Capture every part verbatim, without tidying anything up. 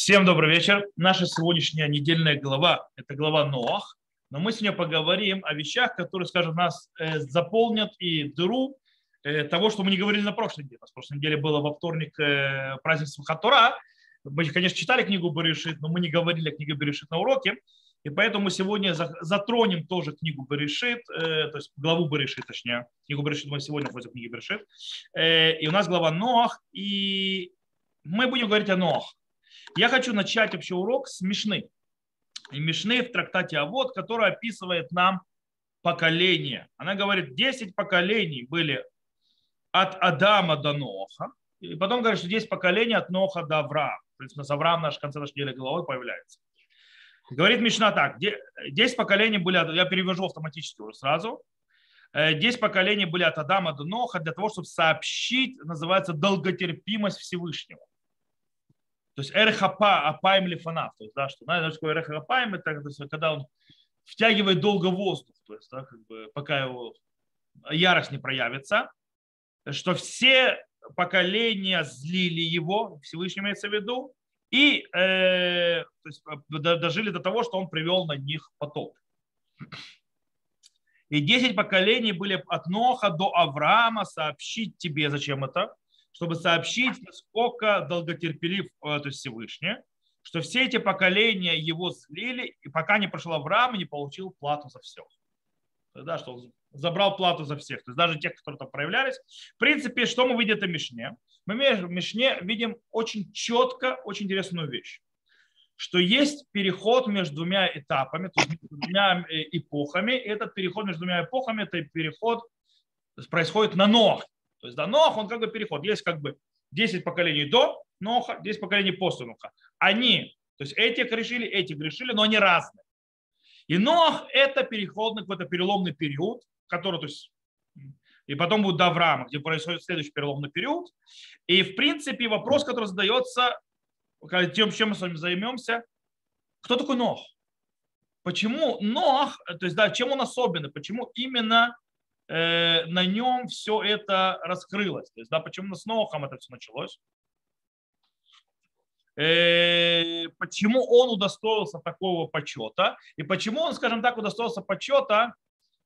Всем добрый вечер. Наша сегодняшняя недельная глава– это глава Ноах. Но мы сегодня поговорим о вещах, которые, скажем, нас э, заполнят и дыру э, того, что мы не говорили на прошлой неделе. На прошлой неделе было во вторник э, праздник Симхат Тора. Мы, конечно, читали книгу Берешит, но мы не говорили о книге Берешит на уроке. И поэтому мы сегодня затронем тоже книгу Берешит, э, то есть главу Берешит, точнее. Книгу Берешит мы сегодня входим в книгу Берешит. Э, и у нас глава Ноах, и мы будем говорить о Ноах. Я хочу начать вообще урок с Мишны. И Мишны в трактате Авот, который описывает нам поколение. Она говорит, десять поколений были от Адама до Ноаха. И потом говорит, что десять поколений от Ноаха до Авраама. В принципе, с Авраам наш в конце нашей недели головой появляется. Говорит Мишна так, десять поколений были, я перевожу автоматически уже сразу. десять поколений были от Адама до Ноаха для того, чтобы сообщить, называется, долготерпимость Всевышнего. То есть эрхапа апаем лифанав. То есть, да, что, знаете, что такое эрхапаем, это когда он втягивает долго воздух, то есть, да, как бы, пока его ярость не проявится, что все поколения злили его, Всевышний имеется в виду, и э, то есть, дожили до того, что он привел на них потоп. И десять поколений были от Ноха до Авраама сообщить тебе, зачем это? Чтобы сообщить, насколько долготерпелив то есть Всевышний, что все эти поколения его злили, и пока не прошел Авраам и не получил плату за все. Да, что он забрал плату за всех. То есть даже тех, которые там проявлялись. В принципе, что мы видим в Мишне? Мы в Мишне видим очень четко, очень интересную вещь. Что есть переход между двумя этапами, то есть между двумя эпохами. И этот переход между двумя эпохами, это переход происходит на Ноах. То есть до Ноаха он как бы переход. Есть как бы десять поколений до Ноаха, десять поколений после Ноаха. Они, то есть эти грешили, эти грешили, но они разные. И Ноах это переходный какой-то переломный период, который, то есть, и потом будет до Авраама, где происходит следующий переломный период. И в принципе вопрос, который задается, тем, чем мы с вами займемся, кто такой Ноах? Почему Ноах, то есть да, чем он особенный, почему именно на нем все это раскрылось. То есть, да, почему с Ноахом это все началось? Почему он удостоился такого почета? И почему он, скажем так, удостоился почета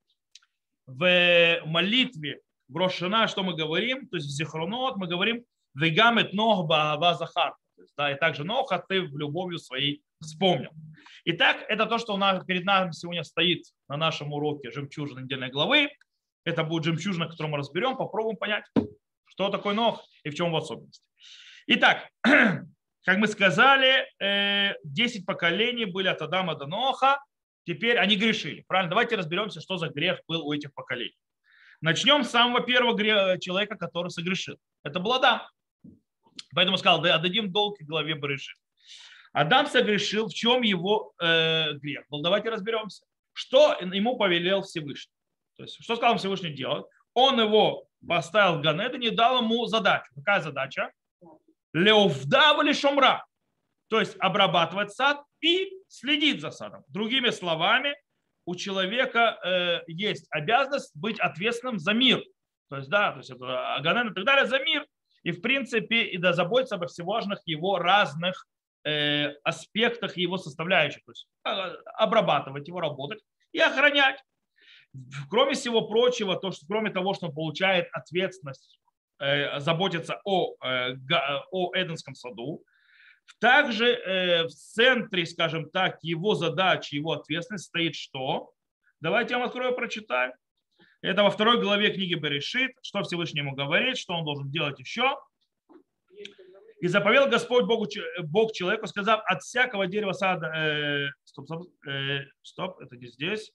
в молитве в Рош ха-Шана, что мы говорим? То есть в Зихронот мы говорим «Вегам эт Ноах баава захар». Да, и также Ноаха ты в любовью своей вспомнил. Итак, это то, что у нас, перед нами сегодня стоит на нашем уроке «Жемчужина недельной главы». Это будет жемчужина, которую мы разберем, попробуем понять, что такое Ноах и в чем его особенность. Итак, как мы сказали, десять поколений были от Адама до Ноаха, теперь они грешили. Правильно? Давайте разберемся, что за грех был у этих поколений. Начнем с самого первого человека, который согрешил. Это был Адам. Поэтому сказал, да, отдадим долг главе Берешит. Адам согрешил, в чем его э, грех был. Давайте разберемся. Что ему повелел Всевышний. То есть, что сказал Всевышний делать? Он его поставил в Ганеден и дал ему задачу. Какая задача? Леовдав или шомра. То есть обрабатывать сад и следить за садом. Другими словами, у человека э, есть обязанность быть ответственным за мир. То есть, да, то есть это Ганеден и так далее, за мир. И в принципе, и да, заботиться обо всевозможных его разных э, аспектах его составляющих. То есть э, обрабатывать его, работать и охранять. Кроме всего прочего, то, что, кроме того, что он получает ответственность э, заботиться о, э, о Эденском саду, также э, в центре, скажем так, его задачи, его ответственность стоит что? Давайте я вам открою, прочитаю. Это во второй главе книги Берешит, что Всевышний ему говорит, что он должен делать еще. И заповел Господь Богу, Бог человеку, сказав, от всякого дерева сада... Э, стоп, стоп, э, стоп, это не здесь.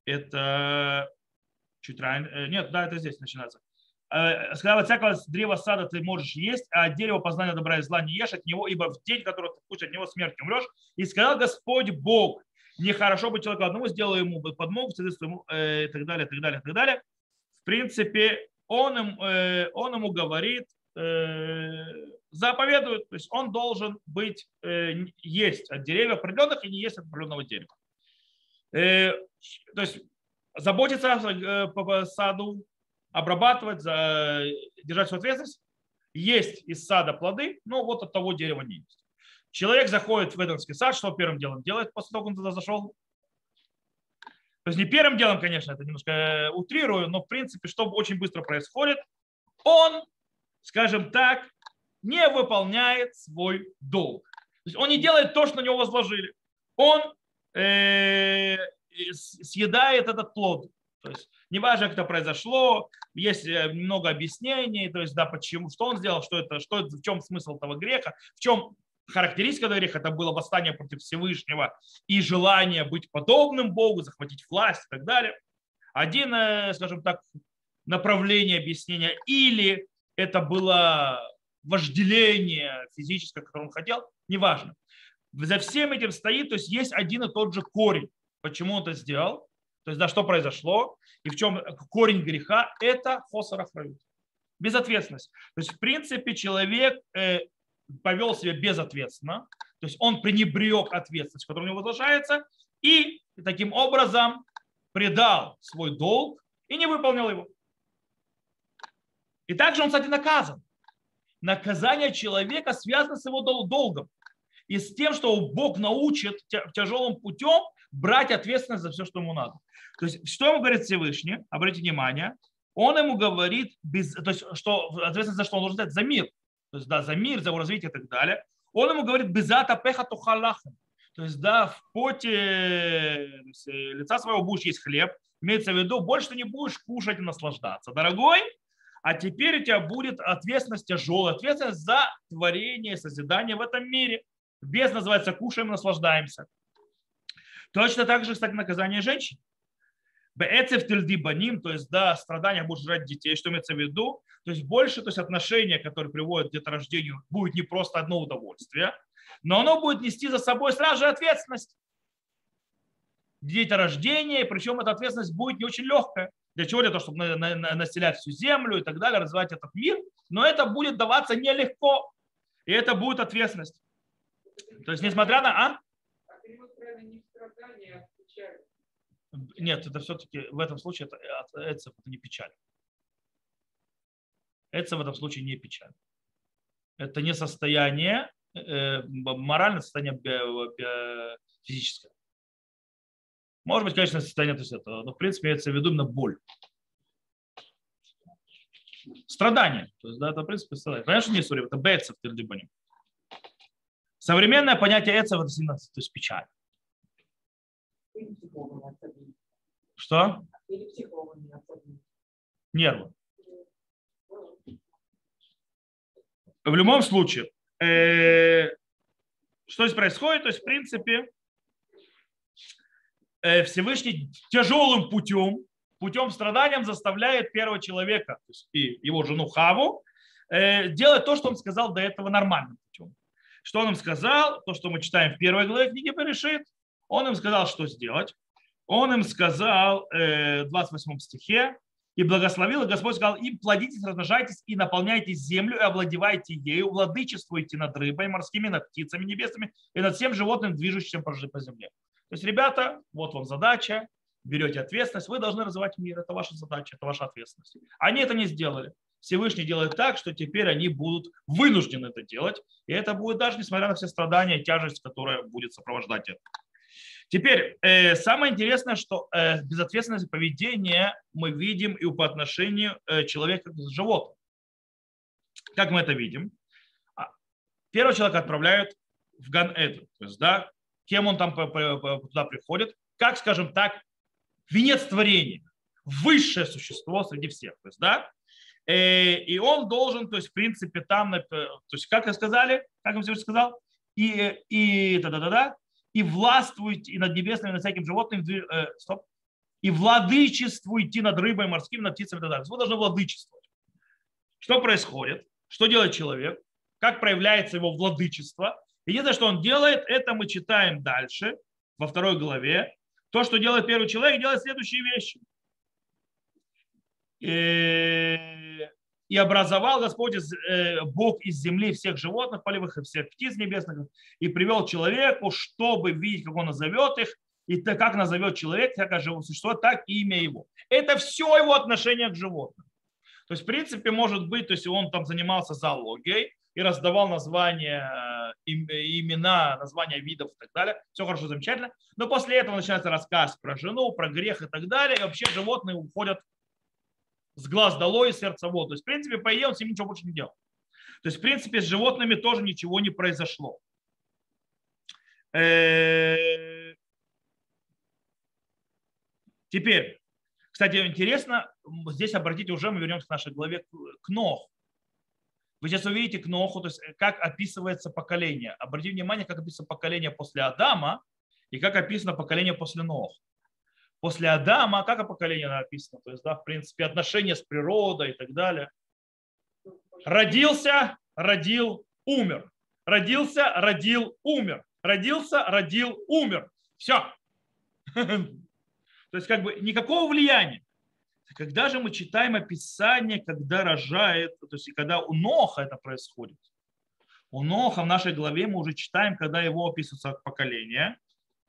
Это чуть ранее. Нет, да, это здесь начинается. Сказал, от всякого древа сада ты можешь есть, а от дерева познания добра и зла не ешь от него, ибо в день, который ты вкусишь от него, смерть умрешь. И сказал Господь Бог, нехорошо быть человеку одному, сделай ему подмогу, ему, э, и так далее, и так далее, и так далее. В принципе, он, им, э, он ему говорит, э, заповедует, то есть он должен быть, э, есть от деревьев определенных и не есть от определенного дерева. Э, то есть заботиться э, по саду, обрабатывать, держать свою ответственность, есть из сада плоды, но вот от того дерева не есть. Человек заходит в Эдемский сад, что первым делом делает после того, как он туда зашел? То есть не первым делом, конечно, это немножко утрирую, но в принципе, что очень быстро происходит, он, скажем так, не выполняет свой долг. То есть он не делает то, что на него возложили. Он э, съедает этот плод. То есть неважно, как это произошло, есть много объяснений, то есть да, почему, что он сделал, что это, что, в чем смысл этого греха, в чем характеристика этого греха, это было восстание против Всевышнего и желание быть подобным Богу, захватить власть и так далее. Один, скажем так, направление объяснения, или это было вожделение физическое, которое он хотел, неважно. За всем этим стоит, то есть есть один и тот же корень, почему он это сделал, то есть да, что произошло, и в чем корень греха, это хосар ахрают, безответственность. То есть в принципе человек э, повел себя безответственно, то есть он пренебрег ответственностью, которая у него возложается, и таким образом предал свой долг и не выполнил его. И также он, кстати, наказан. Наказание человека связано с его долгом и с тем, что Бог научит тяжелым путем брать ответственность за все, что ему надо. То есть, что ему говорит Всевышний, обратите внимание, он ему говорит, без, то есть, что ответственность за что он должен взять? За мир. То есть, да, за мир, за его развитие и так далее. Он ему говорит, безата пеха тухалаха. То есть, да, в поте лица своего будешь есть хлеб. Имеется в виду, больше ты не будешь кушать и наслаждаться. Дорогой, а теперь у тебя будет ответственность тяжелая, ответственность за творение, созидание в этом мире. Без называется кушаем, наслаждаемся. Точно так же, кстати, наказание женщин. Беэцев тельди баним, то есть, да, страдания будут жрать детей, что имеется в виду. То есть больше, то есть отношения, которые приводят к деторождению, будет не просто одно удовольствие, но оно будет нести за собой сразу же ответственность. Деторождение, причем эта ответственность будет не очень легкая. Для чего? Для того, чтобы населять всю землю и так далее, развивать этот мир. Но это будет даваться нелегко. И это будет ответственность. То есть, несмотря на... А? Нет, это все-таки в этом случае это, это, это не печаль. Это в этом случае не печаль. Это не состояние, э, моральное состояние физическое. Может быть, конечно, состояние, то есть это, но в принципе имеется в виду именно боль. Страдание. То есть, да, это в принципе страдание. Конечно, не сурим, это бэцев тельдибаним. Современное понятие эцев это сильно, то есть печаль. Что? Нервы. В любом случае, э, что здесь происходит? То есть, в принципе, э, Всевышний тяжелым путем, путем страданием заставляет первого человека, то есть и его жену Хаву, э, делать то, что он сказал до этого нормальным путем. Что он им сказал? То, что мы читаем в первой главе книги Берешит. Он им сказал, что сделать. Он им сказал э, в двадцать восьмом стихе, и благословил, и Господь сказал им, плодитесь, размножайтесь и наполняйте землю, и овладевайте ею, владычествуйте над рыбой, морскими, над птицами небесными и над всем животным, движущимся по земле. То есть, ребята, вот вам задача, берете ответственность, вы должны развивать мир, это ваша задача, это ваша ответственность. Они это не сделали. Всевышний делает так, что теперь они будут вынуждены это делать, и это будет даже несмотря на все страдания и тяжесть, которая будет сопровождать это. Теперь, э, самое интересное, что э, безответственное поведение мы видим и по отношению э, человека к животным. Как мы это видим? Первого человека отправляют в Ган-Эден, то есть, да, кем он там туда приходит, как, скажем так, венец творения, высшее существо среди всех, то есть, да, э, и он должен, то есть, в принципе, там, то есть, как вы сказали, как он сегодня сказал, и, и да-да-да-да, и властвуйте и над небесными, и над всяким животным, э, стоп, и владычествуйте над рыбой, морскими, над птицами и так далее. Вы должны владычествовать. Что происходит? Что делает человек? Как проявляется его владычество? Единственное, что он делает, это мы читаем дальше, во второй главе. То, что делает первый человек, делает следующие вещи. И, и образовал Господь из, э, Бог из земли всех животных полевых и всех птиц небесных, и привел человеку, чтобы видеть, как он назовет их, и то, как назовет человек, всякое живое существо, так и имя его. Это все его отношение к животным. То есть, в принципе, может быть, то есть он там занимался зоологией и раздавал названия имена, названия видов и так далее. Все хорошо, замечательно. Но после этого начинается рассказ про жену, про грех и так далее. И вообще животные уходят с глаз долой и сердца вон. То есть, в принципе, по идее, он с ним ничего больше не делал. То есть, в принципе, с животными тоже ничего не произошло. Теперь, кстати, интересно, здесь обратите уже, мы вернемся к нашей главе, к Ноху. Вы сейчас увидите к Ноху, то есть как описывается поколение. Обратите внимание, как описано поколение после Адама и как описано поколение после Ноха. После Адама, как о поколении написано, то есть, да, в принципе, отношения с природой и так далее. Родился, родил, умер. Родился, родил, умер. Родился, родил, умер. Все. То есть, как бы никакого влияния. Когда же мы читаем описание, когда рожает, то есть, когда у Ноха это происходит. У Ноха в нашей главе мы уже читаем, когда его описывается поколение.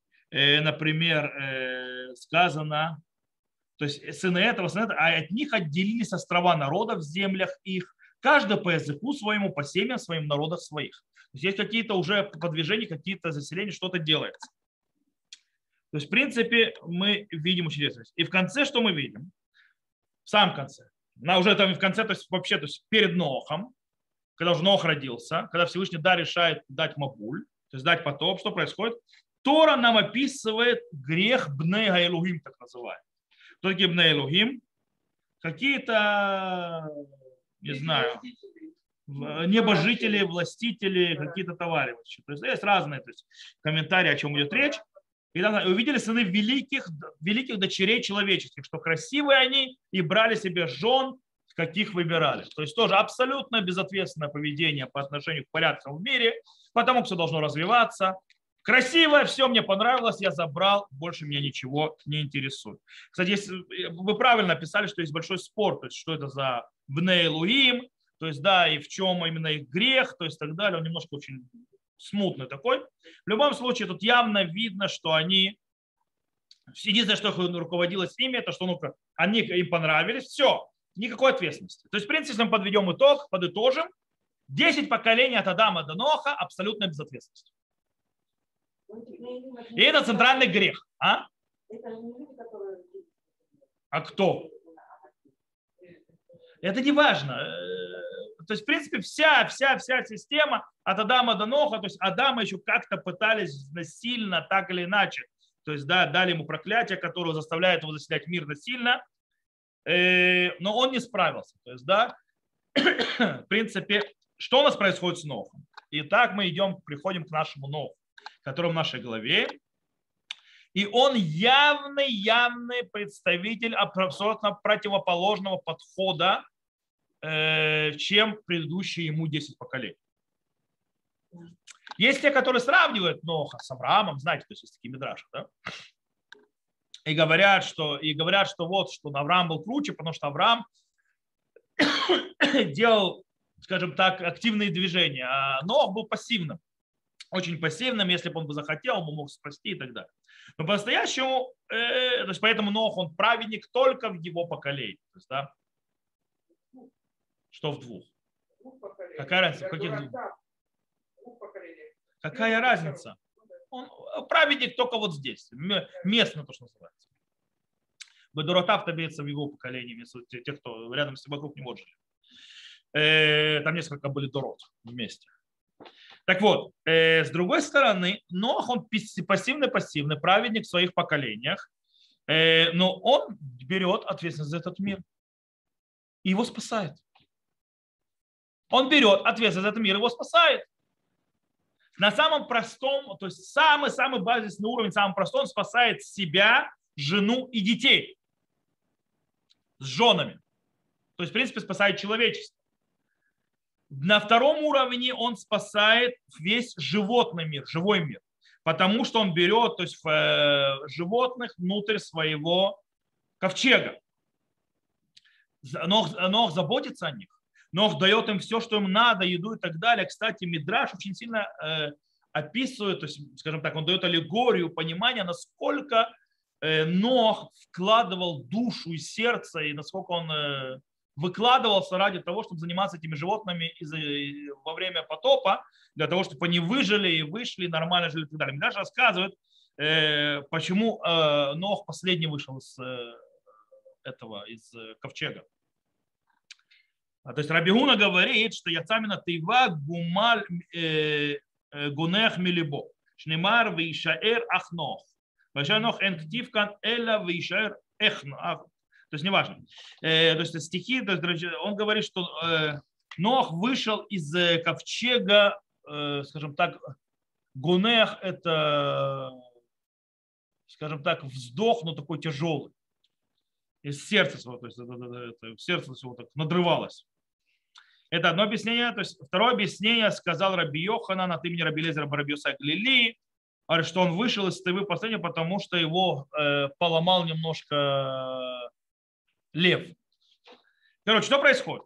Например, сказано, то есть сыны этого, сыны этого, а от них отделились острова народов в землях их, каждый по языку своему, по семьям своим, народах своих. То есть есть какие-то уже подвижения, какие-то заселения, что-то делается. То есть, в принципе, мы видим очень интересно. И в конце что мы видим? В самом конце. На уже там в конце, то есть вообще, то есть перед Нохом, когда уже Нох родился, когда Всевышний да решает дать Мабуль, то есть дать потоп, что происходит? Тора нам описывает грех Бней Гаэлухим, так называемый. Кто такие Бней Элухим? Какие-то, не знаю, небожители, властители, какие-то товарищи. То есть есть разные то есть, комментарии, о чем идет речь. И там увидели сыны великих, великих дочерей человеческих, что красивые они и брали себе жен, каких выбирали. То есть тоже абсолютно безответственное поведение по отношению к порядкам в мире, потому что все должно развиваться. Красивое, все мне понравилось, я забрал, больше меня ничего не интересует. Кстати, если, вы правильно описали, что есть большой спор, то есть что это за Бней Элухим, то есть да, и в чем именно их грех, то есть так далее, он немножко очень смутный такой. В любом случае, тут явно видно, что они, единственное, что руководило с ними, это что ну они им понравились, все, никакой ответственности. То есть, в принципе, если мы подведем итог, подытожим, десять поколений от Адама до Ноха абсолютная безответственность. И это центральный грех. А? А кто? Это не важно. То есть, в принципе, вся, вся, вся система от Адама до Ноха, то есть Адама еще как-то пытались насильно, так или иначе. То есть, да, дали ему проклятие, которое заставляет его заселять мир насильно. Но он не справился. То есть, да, в принципе, что у нас происходит с Нохом? Итак, мы идем, приходим к нашему Ноху, который в нашей главе. И он явный, явный представитель абсолютно противоположного подхода, чем предыдущие ему десять поколений. Есть те, которые сравнивают Ноха с Авраамом, знаете, то есть есть такие мидраши, да? И говорят, что, и говорят, что вот, что Авраам был круче, потому что Авраам делал, скажем так, активные движения, а Нох был пассивным. Очень пассивным, если бы он бы захотел, он бы мог спасти и так далее. Но по-настоящему, э, то есть поэтому Нох, он праведник только в его поколении. То есть, да? Что в двух? Какая разница? В каких двух? Какая разница? Он праведник только вот здесь, местно то, что называется. Бедуротав имеется в его поколении, те, кто рядом с ним вокруг него жили. Э, там несколько были дород вместе. Так вот, э, с другой стороны, Нох, он пассивный-пассивный, праведник в своих поколениях, э, но он берет ответственность за этот мир и его спасает. Он берет ответственность за этот мир и его спасает. На самом простом, то есть самый-самый базисный уровень, самый простой, он спасает себя, жену и детей с женами. То есть, в принципе, спасает человечество. На втором уровне он спасает весь животный мир, живой мир, потому что он берет то есть, животных внутрь своего ковчега. Нох, Нох заботится о них. Нох дает им все, что им надо, еду и так далее. Кстати, Мидраш очень сильно э, описывает, то есть, скажем так, он дает аллегорию, понимание, насколько э, Нох вкладывал душу и сердце, и насколько он э, выкладывался ради того, чтобы заниматься этими животными из, во время потопа, для того, чтобы они выжили и вышли, нормально жили и так далее. Мидраш рассказывает, э, почему э, Нох последний вышел из э, этого, из э, ковчега. А, то есть Рабигуна говорит, что яцамина тыва гумаль э, э, гунех милибо. Шнемар вишаэр ахнох. Вишаэр энктивкан эла вишаэр эхнох. То есть неважно. Э, то есть стихи, то есть, он говорит, что э, Нох вышел из э, ковчега, э, скажем так, гунех это, скажем так, вздох, но такой тяжелый. Из сердца своего, то есть это, это, это, сердце своего так надрывалось. Это одно объяснение. То есть второе объяснение сказал Раби Йоханан от имени Раби Элиэзера бар Раби Йосай Галилеи, что он вышел из тывы последнего, потому что его э, поломал немножко лев. Короче, что происходит?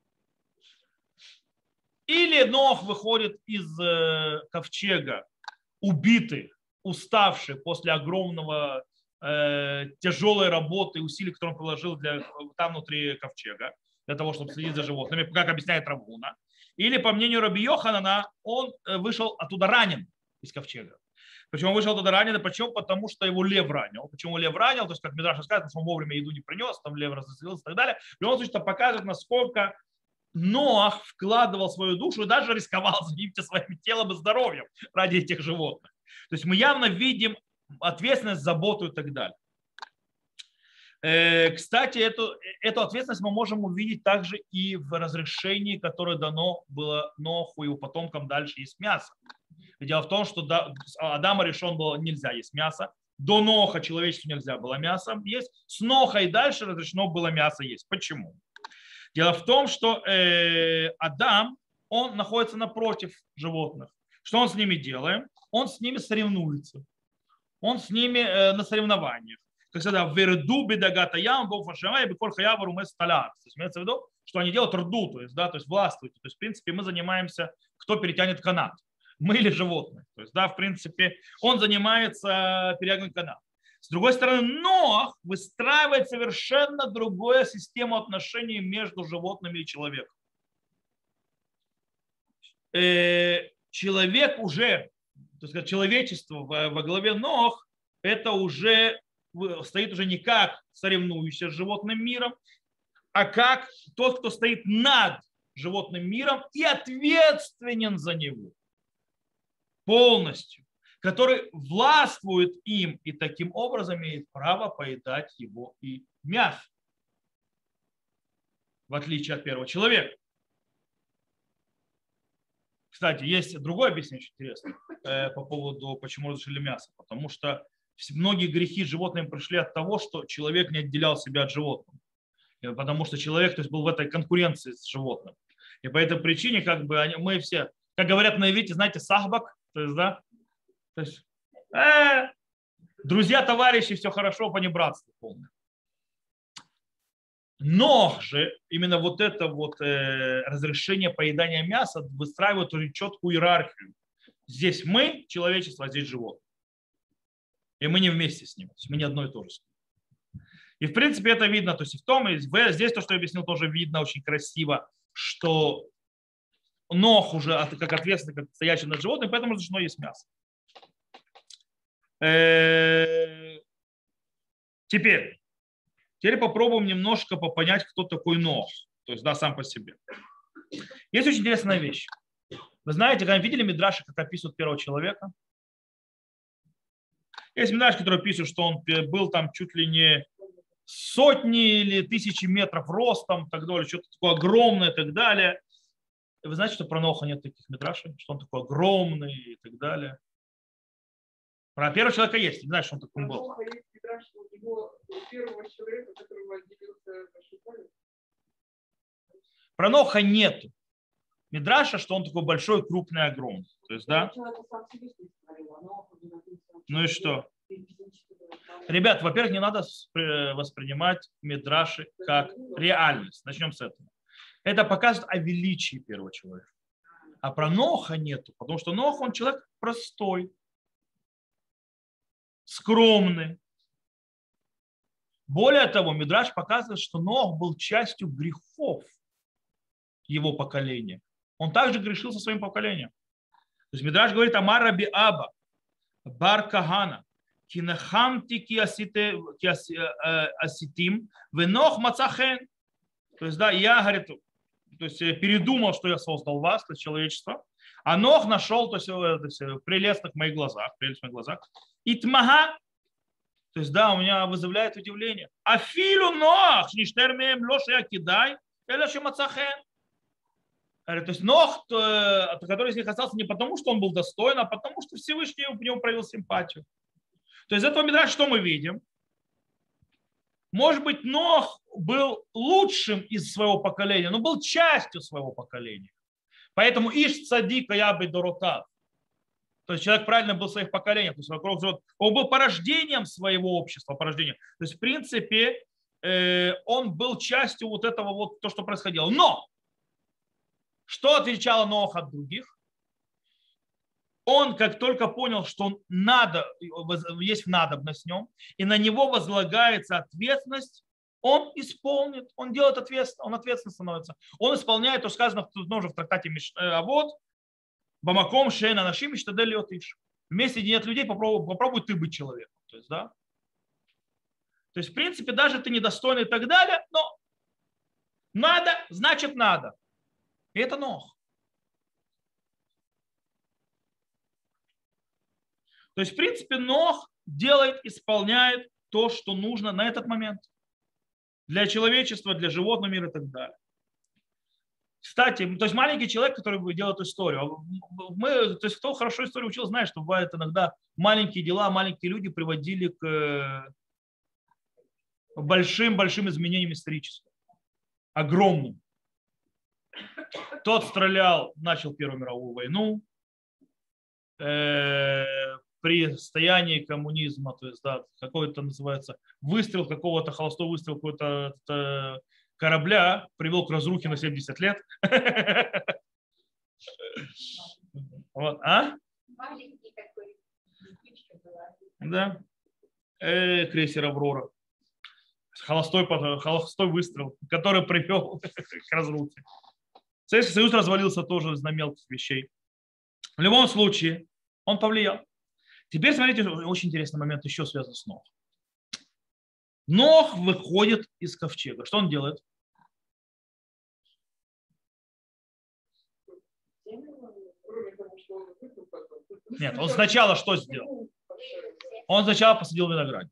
Или Нох выходит из э, ковчега убитый, уставший после огромного э, тяжелой работы и усилий, которые он приложил для, там внутри ковчега, для того, чтобы следить за животными, как объясняет Равуна. Или, по мнению Раби Йоханана, он вышел оттуда ранен из ковчега. Почему он вышел оттуда ранен? Почему? Потому что его лев ранил. Почему лев ранил? То есть, как Мидраш рассказывает, что он вовремя еду не принес, там лев разозлился и так далее. В любом случае, это показывает, насколько Ноах вкладывал свою душу и даже рисковал заниматься своим телом и здоровьем ради этих животных. То есть мы явно видим ответственность, заботу и так далее. Кстати, эту, эту ответственность мы можем увидеть также и в разрешении, которое дано было Ноху и его потомкам дальше есть мясо. Дело в том, что до Адама решен было нельзя есть мясо, до Ноха человечеству нельзя было мясо есть, с Ноха и дальше разрешено было мясо есть. Почему? Дело в том, что э, Адам, он находится напротив животных. Что он с ними делает? Он с ними соревнуется. Он с ними э, на соревнованиях. Как всегда, верду бедагата ям, бог фашамай, беколь хаявару мы сталяр. То есть имеется в виду, что они делают рду, то есть, да, то есть властвуют. То есть, в принципе, мы занимаемся, кто перетянет канат. Мы или животные. То есть, да, в принципе, он занимается перетягиванием каната. С другой стороны, Ноах выстраивает совершенно другую систему отношений между животными и человеком. Человек уже, так сказать, человечество во главе Ноах, это уже стоит уже не как соревнующийся с животным миром, а как тот, кто стоит над животным миром и ответственен за него полностью, который властвует им и таким образом имеет право поедать его и мясо, в отличие от первого человека. Кстати, есть другое объяснение, очень интересное, э, по поводу, почему разрешили мясо. Потому что многие грехи животным пришли от того, что человек не отделял себя от животных. Потому что человек, то есть, был в этой конкуренции с животным. И по этой причине как бы они, мы все, как говорят на иврите, знаете, сахбак, то есть, да, то есть, э, друзья, товарищи, все хорошо, понебратство полное. Но же именно вот это вот э, разрешение поедания мяса выстраивает уже четкую иерархию. Здесь мы, человечество, а здесь животное. И мы не вместе с ним. То есть мы не одно и то же. И в принципе это видно. То есть и в том, и здесь то, что я объяснил, тоже видно очень красиво, что Нох уже как ответственный, как стоящий над животным, поэтому разрешено есть мясо. Теперь, теперь попробуем немножко понять, кто такой Нох. То есть, да, сам по себе. Есть очень интересная вещь. Вы знаете, когда видели мидраши, как описывают первого человека? Есть мидраши, которые описывают, что он был там чуть ли не сотни или тысячи метров ростом, так далее, что-то такое огромное и так далее. И вы знаете, что про Ноха нет таких мидрашей, что он такой огромный и так далее. Про первого человека есть, не знаешь, что он такой был. Про Ноха нету мидраша, что он такой большой, крупный, огромный. То есть, да? Ну и что? Ребят, во-первых, не надо воспринимать мидраши как реальность. Начнем с этого. Это показывает о величии первого человека. А про Ноха нету, потому что Нох, он человек простой, скромный. Более того, Мидраш показывает, что Нох был частью грехов его поколения. Он также грешил со своим поколением. То есть Мидраш говорит: Амар Раби Аба, бар Кахана, кинахамти ки аситим, венох мацахен. То есть, да, я, говорит, то есть передумал, что я создал вас, то есть человечество, а Нох нашел, то есть, то есть прелестных в моих глазах, прелесть в моих глазах, и тмага, то есть, да, у меня вызывает удивление. Афилу Нох, ништер-меем лоши акидай, элеши мацахен. То есть Нох, который из них остался не потому, что он был достоин, а потому, что Всевышний в нем проявил симпатию. То есть из этого Мидраша что мы видим? Может быть, Нох был лучшим из своего поколения, но был частью своего поколения. Поэтому Иш Цадик Ябы Доротав. То есть человек правильно был в своих поколениях. То есть вокруг, он был порождением своего общества. Порождением. То есть в принципе он был частью вот этого вот, то, что происходило. Но что отличало Ноах от других? Он, как только понял, что надо, есть надобность в нем, и на него возлагается ответственность, он исполнит, он делает ответственно, он ответственно становится. Он исполняет то, что сказано тоже в трактате Авот, Бамаком Шейна Нашим и Штадель Иш. Вместе нет людей, попробуй, попробуй ты быть человеком. То есть, да? То есть, в принципе, даже ты недостойный и так далее, но надо, значит надо. И это Нох. То есть, в принципе, Нох делает, исполняет то, что нужно на этот момент. Для человечества, для животного мира и так далее. Кстати, то есть маленький человек, который делает историю. Мы, то есть кто хорошо историю учил, знает, что бывает иногда маленькие дела, маленькие люди приводили к большим-большим изменениям историческим. Огромным. Тот стрелял, начал Первую мировую войну. При стоянии коммунизма, то есть, да, какой-то называется выстрел какого-то, холостой выстрел какого-то корабля привел к разрухе на семьдесят лет. Вот. А? Да. Э, крейсер «Аврора». Холостой, холостой выстрел, который привел к разрухе. Советский Союз развалился тоже из-за мелких вещей. В любом случае, он повлиял. Теперь смотрите, очень интересный момент еще связан с Нох. Нох выходит из ковчега. Что он делает? Нет, он сначала что сделал? Он сначала посадил виноградник.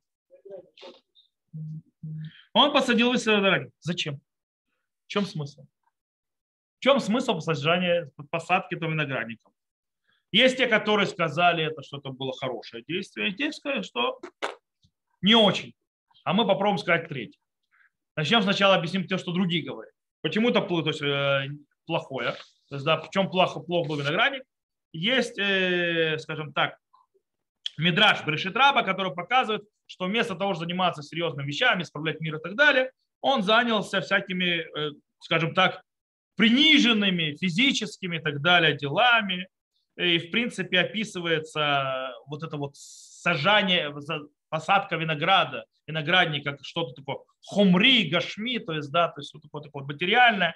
Он посадил виноградник. Зачем? В чем смысл? В чем смысл посажания, посадки этого виноградника? Есть те, которые сказали, это, что это было хорошее действие, и те сказали, что не очень. А мы попробуем сказать третье. Начнем сначала объяснить то, что другие говорят. Почему это то есть, э, плохое? То есть, да, в чем плохо, плохо был виноградник? Есть, э, скажем так, Мидраш Брешит Раба, который показывает, что вместо того, чтобы заниматься серьезными вещами, исправлять мир и так далее, он занялся всякими, э, скажем так, приниженными физическими и так далее делами. И, в принципе, описывается вот это вот сажание, посадка винограда, виноградника, как что-то такое хумри, гашми, то есть, да, то есть вот такое, такое материальное.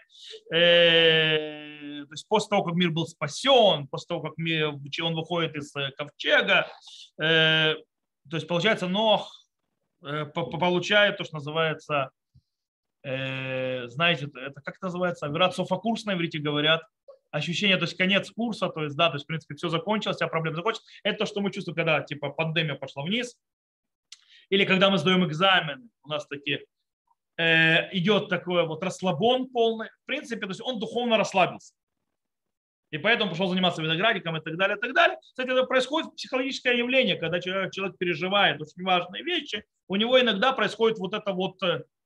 То есть после того, как мир был спасен, после того, как мир, он выходит из ковчега, то есть, получается, Нох получает то, что называется, знаете, это как это называется, авират софа-курс на иврите говорят, ощущение, то есть конец курса, то есть, да, то есть, в принципе, все закончилось, а проблема закончилась. Это то, что мы чувствуем, когда, типа, пандемия пошла вниз, или когда мы сдаем экзамен, у нас такие, э, идет такой вот расслабон полный. В принципе, то есть он духовно расслабился. И поэтому пошел заниматься виноградником и так далее, и так далее. Кстати, это происходит психологическое явление, когда человек, человек переживает очень важные вещи, у него иногда происходит вот это вот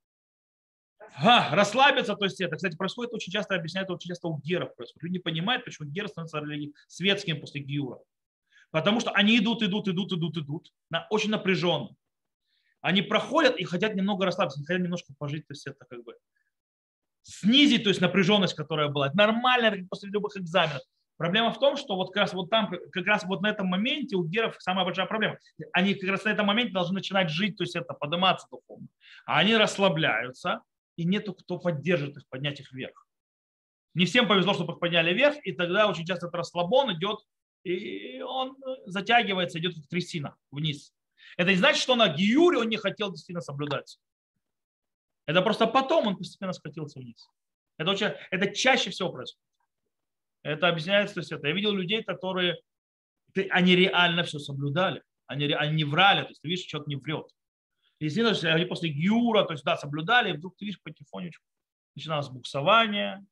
а, расслабиться, то есть это, кстати, происходит очень часто, объясняют, очень часто у геров происходит. Люди не понимают, почему геры становятся светскими после гиура. Потому что они идут, идут, идут, идут, идут, на, очень напряженно. Они проходят и хотят немного расслабиться, они хотят немножко пожить, то есть это как бы снизить, то есть напряженность, которая была. Это нормально после любых экзаменов. Проблема в том, что вот как раз вот там, как раз вот на этом моменте у геров самая большая проблема. Они как раз на этом моменте должны начинать жить, то есть это подниматься духовно. А они расслабляются, и нету кто поддержит их, поднять их вверх. Не всем повезло, чтобы их подняли вверх, и тогда очень часто этот расслабон идет, и он затягивается, идет как трясина вниз. Это не значит, что на гиюре он не хотел действительно соблюдать. Это просто потом он постепенно скатился вниз. Это, очень, это чаще всего происходит. Это объясняется, то есть это. Я видел людей, которые, они реально все соблюдали. Они, они не врали, то есть ты видишь, что-то не врет. И естественно, они после гиура, то есть да, соблюдали, и вдруг ты видишь потихонечку начиналось буксование,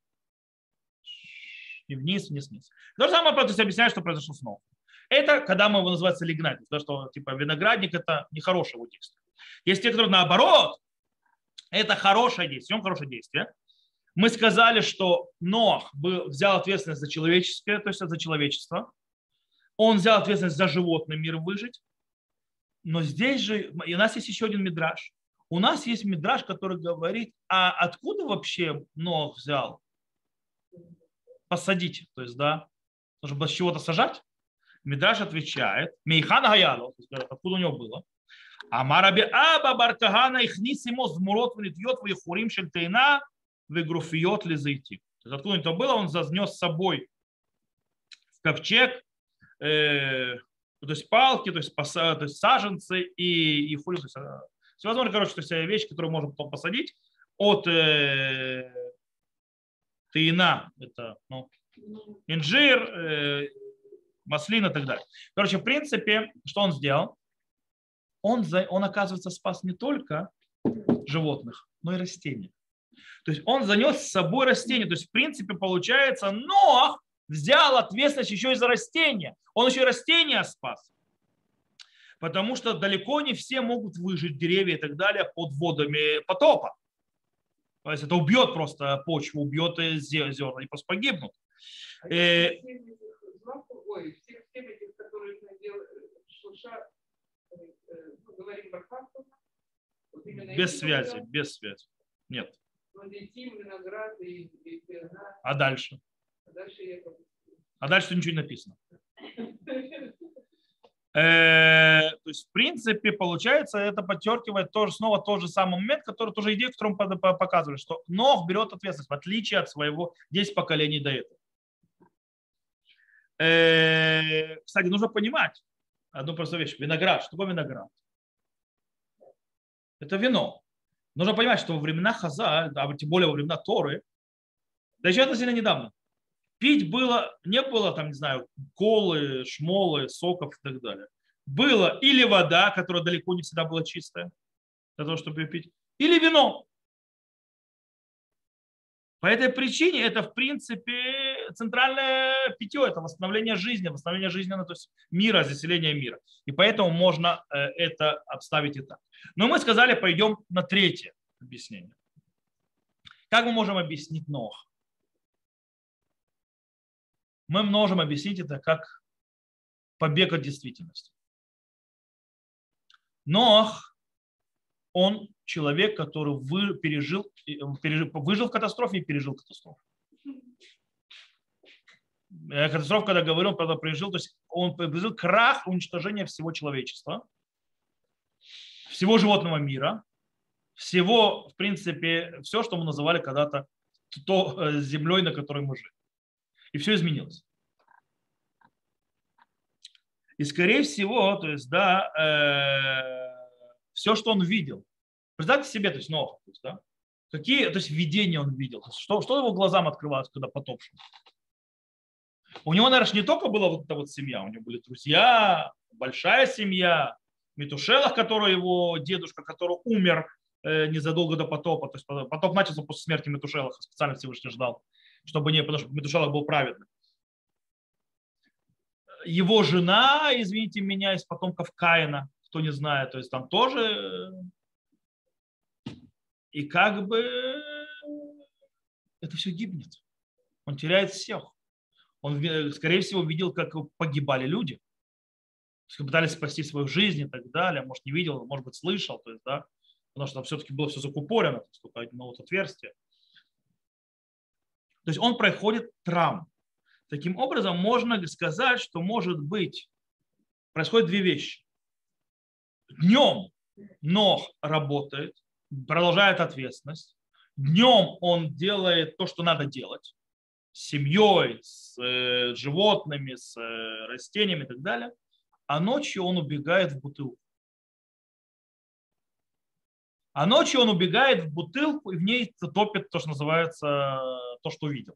и вниз, вниз, вниз. То же самое, то есть объясняет, что произошло снова. Это когда мы его называется лигнатик, то, что типа виноградник это нехорошее его действие. Есть те, которые наоборот, это хорошее действие, он хорошее действие. Мы сказали, что Ноах взял ответственность за человеческое, то есть за человечество. Он взял ответственность за животный мир выжить. Но здесь же, и у нас есть еще один мидраш. У нас есть мидраш, который говорит, а откуда вообще Ноах взял? Посадить, то есть, да, чтобы с чего-то сажать. Мидраш отвечает, Мейхан Гаяло, откуда у него было. Амараби Аба Баркагана ихнис ему змурот внитьет вихурим шельтейна вегруфиот лизайти. Откуда это было, он зазнес с собой в ковчег, э, то есть палки, то есть, поса, то есть саженцы и, и хури, то есть, всевозможные, короче, то есть вещи, которые можно потом посадить от э, тейна, это ну, инжир, э, маслин и так далее. Короче, в принципе, что он сделал? Он, он, оказывается, спас не только животных, но и растения. То есть он занес с собой растения. То есть, в принципе, получается, Ноах взял ответственность еще и за растения. Он еще и растения спас. Потому что далеко не все могут выжить, деревья и так далее, под водами потопа. То есть это убьет просто почву, убьет зерна, они просто погибнут. А э, ой, всех этих, которые ну, говорим бархатку, вот без связи, это... без связи. Нет. Летим, виноград и, и а дальше? А дальше, я... а дальше ничего не написано. То есть, в принципе, получается, это подчеркивает тоже снова тот же самый момент, который тоже идея, которую показывали, что Нох берет ответственность, в отличие от своего десять поколений до этого. Кстати, нужно понимать одну простую вещь. Виноград. Что такое виноград? Это вино. Нужно понимать, что во времена Хаза, а тем более во времена Торы, да еще относительно недавно, пить было, не было там, не знаю, колы, шмолы, соков и так далее. Было или вода, которая далеко не всегда была чистая, для того, чтобы ее пить, или вино. По этой причине это, в принципе, центральное питье, это восстановление жизни, восстановление жизненного, то есть мира, заселение мира. И поэтому можно это обставить и так. Но мы сказали, пойдем на третье объяснение. Как мы можем объяснить Ноах? Мы можем объяснить это как побег от действительности. Ноах, он человек, который вы, пережил, пережил, выжил в катастрофе и пережил катастрофу. Катастрофа, когда говорил, когда пережил, то есть он пережил крах, уничтожение всего человечества, всего животного мира, всего, в принципе, все, что мы называли когда-то то, землей, на которой мы жили. И все изменилось. И, скорее всего, то есть, да, э, все, что он видел. Представьте себе, то есть, Ноах, то есть, да, какие, то есть, видения он видел, что, что его глазам открывалось, когда потоп шел. У него, наверное, не только была вот эта вот семья, у него были друзья, большая семья, Метушелах, который его дедушка, который умер э, незадолго до потопа. То есть потоп начался после смерти Метушелаха, специально Всевышний ждал, чтобы не, потому что Метушелах был праведный. Его жена, извините меня, из потомков Каина, кто не знает, то есть там тоже. И как бы это все гибнет. Он теряет всех. Он, скорее всего, видел, как погибали люди. Пытались спасти свою жизнь и так далее. Может, не видел, может быть, слышал. То есть, да, потому что там все-таки было все закупорено, то есть только одно вот отверстие. То есть он проходит травму. Таким образом, можно сказать, что может быть, происходят две вещи. Днем Нох работает, продолжает ответственность. Днем он делает то, что надо делать. С семьей, с э, животными, с э, растениями и так далее. А ночью он убегает в бутылку. А ночью он убегает в бутылку и в ней топит то, что называется, то, что увидел.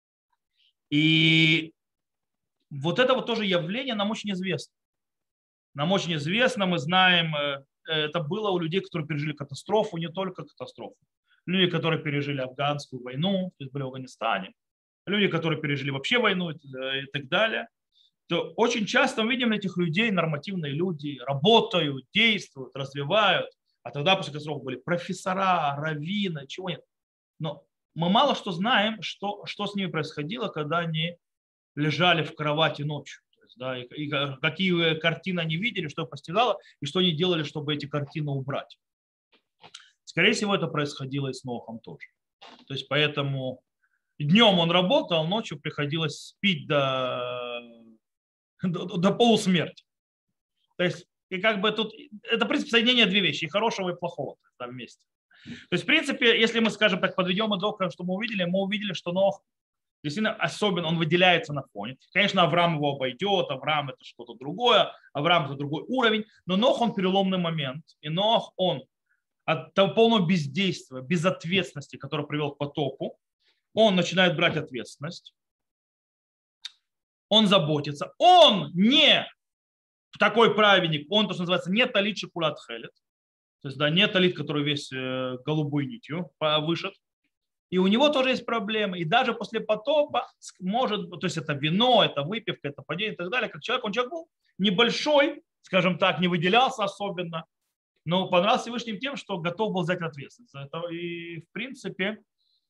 И вот это вот тоже явление нам очень известно. Нам очень известно, мы знаем, это было у людей, которые пережили катастрофу, не только катастрофу. Люди, которые пережили афганскую войну, то есть были в Афганистане, люди, которые пережили вообще войну и так далее, то очень часто мы видим этих людей, нормативные люди, работают, действуют, развивают. А тогда после катастрофы были профессора, раввины, чего нет. Но мы мало что знаем, что, что с ними происходило, когда они лежали в кровати ночью. То есть, да, и, и какие картины они видели, что их постигало, и что они делали, чтобы эти картины убрать. Скорее всего, это происходило и с Нохом тоже. То есть поэтому днем он работал, ночью приходилось спить до, до, до полусмерти. То есть и как бы тут, это, в принципе, соединение две вещи, и хорошего, и плохого там вместе. То есть, в принципе, если мы, скажем так, подведем итог, что мы увидели, мы увидели, что Нох действительно особенно, он выделяется на фоне. Конечно, Авраам его обойдет, Авраам это что-то другое, Авраам это другой уровень, но Нох он переломный момент, и Нох он от того полного бездействия, безответственности, который привел к потопу, он начинает брать ответственность, он заботится, он не такой праведник, он, то, что называется, не талит шикулат хелет, то есть, да, не талит, который весь э, голубой нитью вышит, и у него тоже есть проблемы, и даже после потопа может, то есть это вино, это выпивка, это падение и так далее, как человек, он человек был небольшой, скажем так, не выделялся особенно, но понравился Всевышним тем, что готов был взять ответственность за это, и в принципе,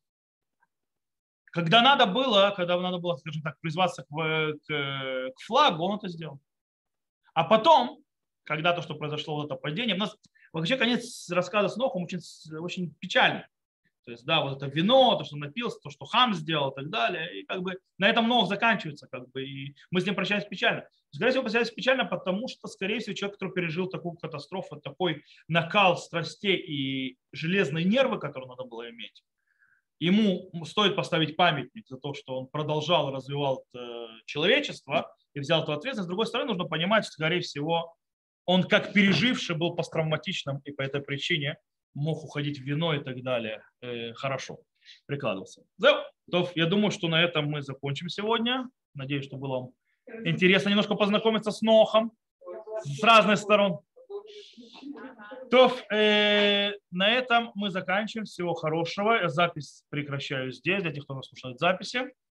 когда надо было, когда надо было, скажем так, призваться к, к, к флагу, он это сделал. А потом, когда то, что произошло, вот это падение, у нас вообще конец рассказа с Нохом очень, очень печальный. То есть, да, вот это вино, то, что он напился, то, что Хам сделал и так далее. И как бы на этом Нох заканчивается, как бы, и мы с ним прощаемся печально. Скорее всего, прощаемся печально, потому что, скорее всего, человек, который пережил такую катастрофу, такой накал страстей и железные нервы, которые надо было иметь, ему стоит поставить памятник за то, что он продолжал, развивал человечество и взял эту ответственность. С другой стороны, нужно понимать, что, скорее всего, он как переживший был посттравматичным и по этой причине мог уходить в вино и так далее. Э, хорошо прикладывался. То, я думаю, что на этом мы закончим сегодня. Надеюсь, что было вам интересно немножко познакомиться с Нохом с разных сторон. То, э, на этом мы заканчиваем. Всего хорошего. Я запись прекращаю здесь, для тех, кто нас слушает записи.